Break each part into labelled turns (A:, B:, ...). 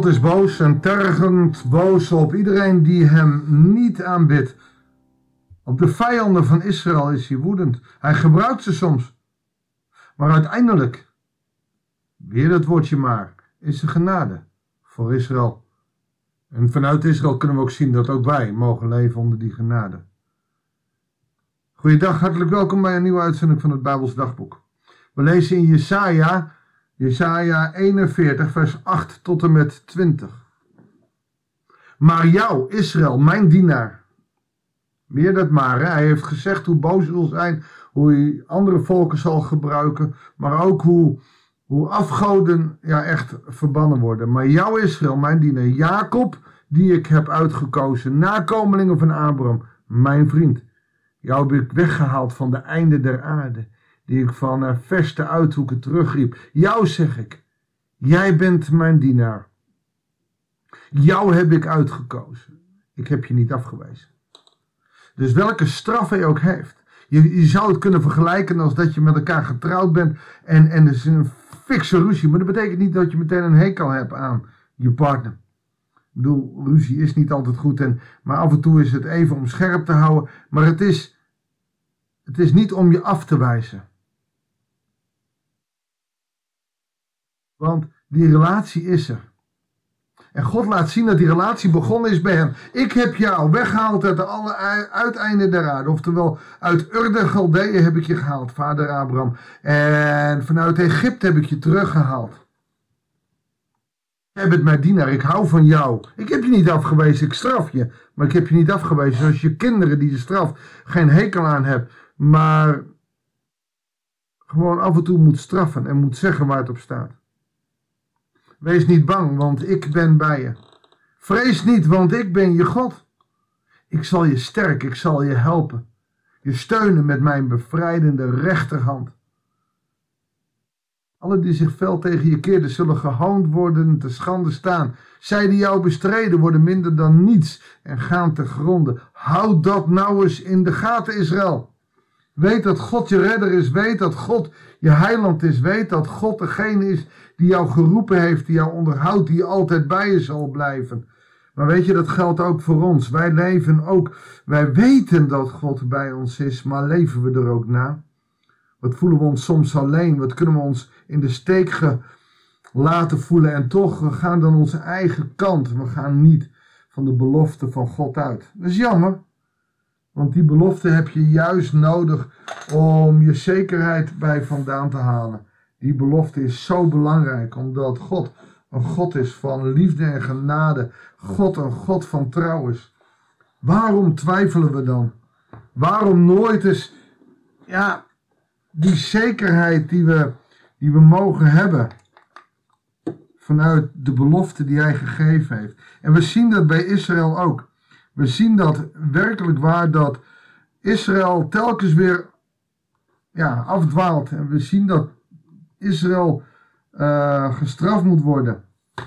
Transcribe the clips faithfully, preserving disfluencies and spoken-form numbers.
A: God is boos en tergend boos op iedereen die hem niet aanbidt. Op de vijanden van Israël is hij woedend. Hij gebruikt ze soms. Maar uiteindelijk, weer dat woordje maar, is er genade voor Israël. En vanuit Israël kunnen we ook zien dat ook wij mogen leven onder die genade. Goeiedag, hartelijk welkom bij een nieuwe uitzending van het Bijbels Dagboek. We lezen in Jesaja, Jesaja eenenveertig, vers acht tot en met twintig. Maar jou, Israël, mijn dienaar. Weer dat maar, hè? Hij heeft gezegd hoe boos hij wil zijn, hoe hij andere volken zal gebruiken, maar ook hoe, hoe afgoden ja, echt verbannen worden. Maar jou, Israël, mijn dienaar, Jacob, die ik heb uitgekozen, nakomelingen van Abraham, mijn vriend. Jou heb ik weggehaald van de einde der aarde, die ik van uh, verste uithoeken terugriep. Jou zeg ik, jij bent mijn dienaar. Jou heb ik uitgekozen. Ik heb je niet afgewezen. Dus welke straf hij ook heeft. Je, je zou het kunnen vergelijken als dat je met elkaar getrouwd bent en, en er is een fikse ruzie. Maar dat betekent niet dat je meteen een hekel hebt aan je partner. Ik bedoel, ruzie is niet altijd goed, en, maar af en toe is het even om scherp te houden. Maar het is, het is niet om je af te wijzen. Want die relatie is er. En God laat zien dat die relatie begonnen is bij hem. Ik heb jou weggehaald uit alle uiteinden der aarde. Oftewel, uit Ur der Galdeeën heb ik je gehaald, vader Abraham. En vanuit Egypte heb ik je teruggehaald. Jij bent mijn dienaar, ik hou van jou. Ik heb je niet afgewezen, ik straf je. Maar ik heb je niet afgewezen zoals je kinderen die je straft geen hekel aan hebt. Maar gewoon af en toe moet straffen en moet zeggen waar het op staat. Wees niet bang, want ik ben bij je. Vrees niet, want ik ben je God. Ik zal je sterken, ik zal je helpen. Je steunen met mijn bevrijdende rechterhand. Alle die zich fel tegen je keerden, zullen gehoond worden, te schande staan. Zij die jou bestreden, worden minder dan niets en gaan te gronde. Houd dat nou eens in de gaten, Israël. Weet dat God je redder is. Weet dat God je heiland is. Weet dat God degene is die jou geroepen heeft, die jou onderhoudt, die altijd bij je zal blijven. Maar weet je, dat geldt ook voor ons. Wij leven ook, wij weten dat God bij ons is, maar leven we er ook na? Wat voelen we ons soms alleen? Wat kunnen we ons in de steek laten voelen? En toch, we gaan dan onze eigen kant. We gaan niet van de belofte van God uit. Dat is jammer. Want die belofte heb je juist nodig om je zekerheid bij vandaan te halen. Die belofte is zo belangrijk, omdat God een God is van liefde en genade. God een God van trouw is. Waarom twijfelen we dan? Waarom nooit eens, ja, die zekerheid die we, die we mogen hebben vanuit de belofte die hij gegeven heeft. En we zien dat bij Israël ook. We zien dat werkelijk waar, dat Israël telkens weer ja, afdwaalt. En we zien dat Israël uh, gestraft moet worden.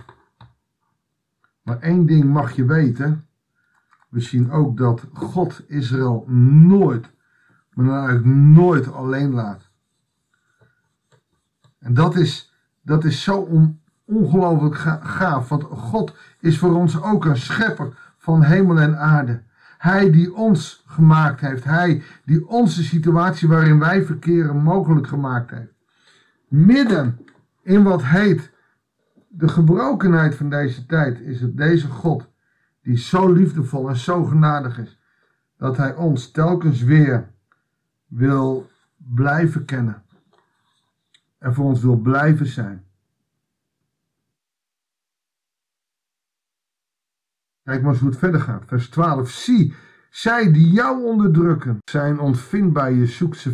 A: Maar één ding mag je weten. We zien ook dat God Israël nooit, maar dan eigenlijk nooit alleen laat. En dat is, dat is zo on, ongelooflijk ga, gaaf. Want God is voor ons ook een schepper van hemel en aarde. Hij die ons gemaakt heeft. Hij die onze situatie waarin wij verkeren mogelijk gemaakt heeft. Midden in wat heet de gebrokenheid van deze tijd is het deze God die zo liefdevol en zo genadig is, dat hij ons telkens weer wil blijven kennen en voor ons wil blijven zijn. Kijk maar eens hoe het verder gaat. Vers twaalf. Zie, zij die jou onderdrukken zijn ontvindbaar, je zoekt ze.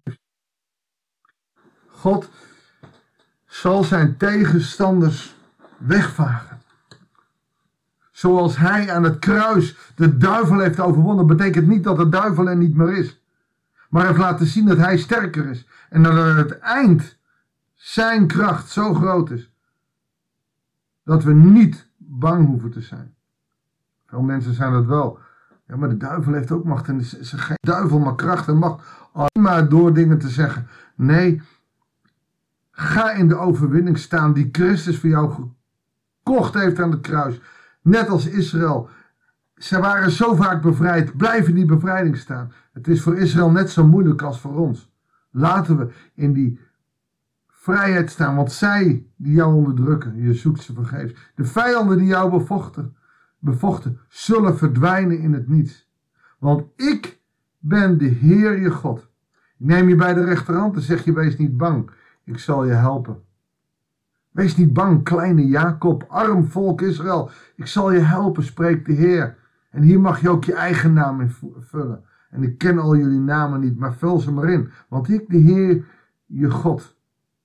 A: God zal zijn tegenstanders wegvagen. Zoals hij aan het kruis de duivel heeft overwonnen, betekent niet dat de duivel er niet meer is. Maar hij heeft laten zien dat hij sterker is. En dat aan het eind zijn kracht zo groot is, dat we niet bang hoeven te zijn. Veel mensen zijn dat wel. Ja, maar de duivel heeft ook macht. En is er geen duivel, maar kracht en macht. Alleen maar door dingen te zeggen. Nee, ga in de overwinning staan die Christus voor jou verkocht heeft aan het kruis. Net als Israël. Ze waren zo vaak bevrijd. Blijf in die bevrijding staan. Het is voor Israël net zo moeilijk als voor ons. Laten we in die vrijheid staan. Want zij die jou onderdrukken, je zoekt ze vergeefs. De vijanden die jou bevochten, bevochten zullen verdwijnen in het niets. Want ik ben de Heer je God. Ik neem je bij de rechterhand en zeg je, wees niet bang. Ik zal je helpen. Wees niet bang, kleine Jacob, arm volk Israël. Ik zal je helpen, spreekt de Heer. En hier mag je ook je eigen naam in vullen. En ik ken al jullie namen niet, maar vul ze maar in. Want ik, de Heer, je God.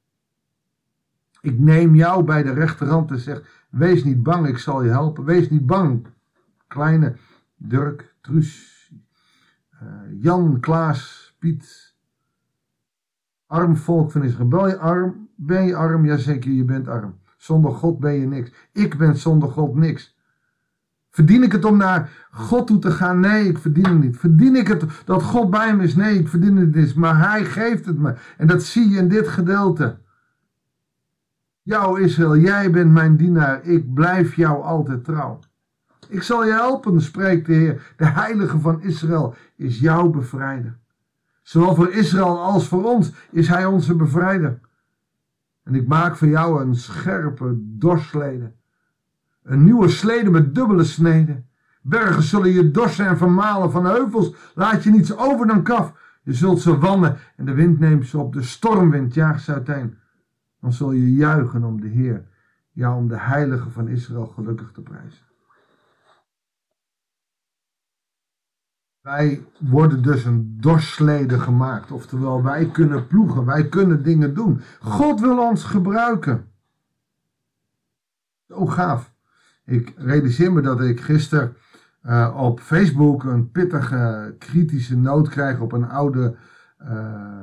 A: Ik neem jou bij de rechterhand en zeg, wees niet bang, ik zal je helpen. Wees niet bang, kleine Dirk, Truus, uh, Jan, Klaas, Piet. Arm volk van Israël. Ben je arm? Ben je arm? Jazeker, je bent arm. Zonder God ben je niks. Ik ben zonder God niks. Verdien ik het om naar God toe te gaan? Nee, ik verdien het niet. Verdien ik het dat God bij me is? Nee, ik verdien het niet. Maar Hij geeft het me. En dat zie je in dit gedeelte. Jou Israël, jij bent mijn dienaar. Ik blijf jou altijd trouw. Ik zal je helpen, spreekt de Heer. De Heilige van Israël is jouw bevrijder. Zowel voor Israël als voor ons is Hij onze bevrijder. En ik maak voor jou een scherpe dorslede. Een nieuwe slede met dubbele sneden. Bergen zullen je dorsen en vermalen, van heuvels laat je niets over dan kaf. Je zult ze wannen en de wind neemt ze op, de stormwind jaagt ze uiteen. Dan zul je juichen om de Heer, ja om de Heilige van Israël gelukkig te prijzen. Wij worden dus een dorslede gemaakt, oftewel wij kunnen ploegen, wij kunnen dingen doen. God wil ons gebruiken. Zo gaaf. Ik realiseer me dat ik gisteren uh, op Facebook een pittige kritische noot krijg op een oude, uh,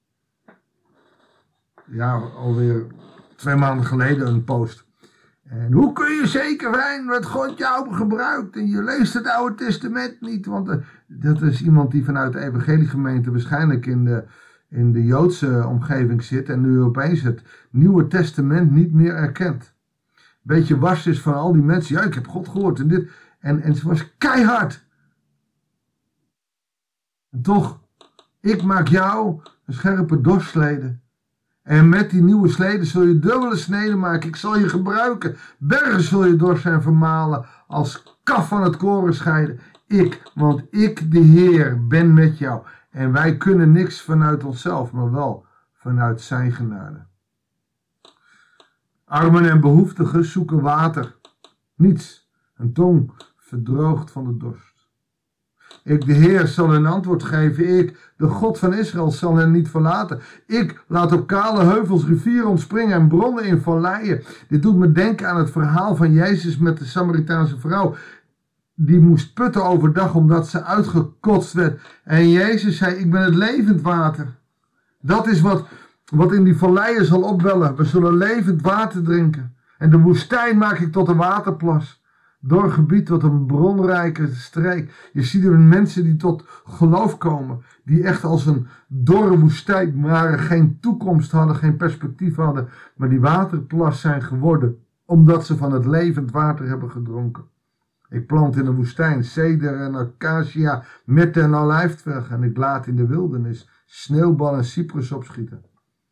A: ja alweer twee maanden geleden een post. En hoe kun je zeker zijn dat God jou gebruikt en je leest het Oude Testament niet? Want uh, dat is iemand die vanuit de evangeliegemeente waarschijnlijk in de, in de Joodse omgeving zit en nu opeens het Nieuwe Testament niet meer erkent. Beetje was is van al die mensen. Ja, ik heb God gehoord en dit. En, en ze was keihard. En toch, ik maak jou een scherpe dorslede. En met die nieuwe sleden zul je dubbele sneden maken. Ik zal je gebruiken. Bergen zul je door zijn vermalen. Als kaf van het koren scheiden. Ik, want ik de Heer ben met jou. En wij kunnen niks vanuit onszelf, maar wel vanuit zijn genade. Armen en behoeftigen zoeken water. Niets. Een tong verdroogt van de dorst. Ik, de Heer, zal hen antwoord geven. Ik, de God van Israël, zal hen niet verlaten. Ik laat op kale heuvels rivieren ontspringen en bronnen in valleien. Dit doet me denken aan het verhaal van Jezus met de Samaritaanse vrouw. Die moest putten overdag omdat ze uitgekotst werd. En Jezus zei, ik ben het levend water. Dat is wat, wat in die valleien zal opwellen. We zullen levend water drinken. En de woestijn maak ik tot een waterplas. Door een gebied tot een bronrijke streek. Je ziet er mensen die tot geloof komen. Die echt als een dorre woestijn waren. Geen toekomst hadden, geen perspectief hadden. Maar die waterplas zijn geworden. Omdat ze van het levend water hebben gedronken. Ik plant in de woestijn ceder en acacia, mirte en olijftweg. En ik laat in de wildernis sneeuwbal en cyprus opschieten.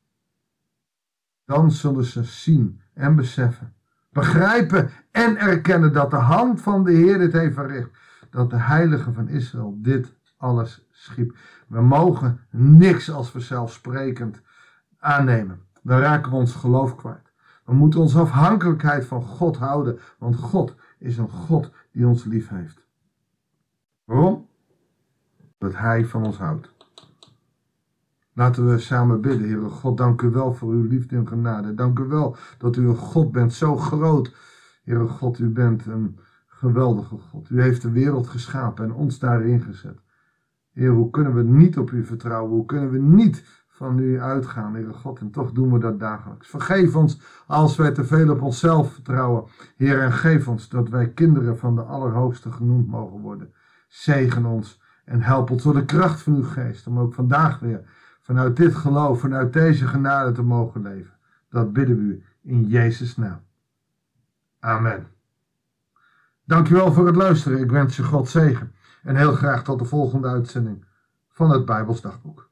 A: Dan zullen ze zien en beseffen. Begrijpen en erkennen dat de hand van de Heer dit heeft verricht. Dat de Heilige van Israël dit alles schiep. We mogen niks als vanzelfsprekend aannemen. Dan raken we ons geloof kwijt. We moeten onze afhankelijkheid van God houden. Want God is een God die ons lief heeft. Waarom? Dat Hij van ons houdt. Laten we samen bidden. Heere God, dank u wel voor uw liefde en genade. Dank u wel dat u een God bent, zo groot. Heere God, u bent een geweldige God. U heeft de wereld geschapen en ons daarin gezet. Heer, hoe kunnen we niet op u vertrouwen? Hoe kunnen we niet van u uitgaan, Heere God? En toch doen we dat dagelijks. Vergeef ons als wij te veel op onszelf vertrouwen. Heer, en geef ons dat wij kinderen van de Allerhoogste genoemd mogen worden. Zegen ons en help ons door de kracht van uw geest. Om ook vandaag weer vanuit dit geloof, vanuit deze genade te mogen leven. Dat bidden we u in Jezus' naam. Amen. Dankjewel voor het luisteren. Ik wens je God zegen. En heel graag tot de volgende uitzending van het Bijbels Dagboek.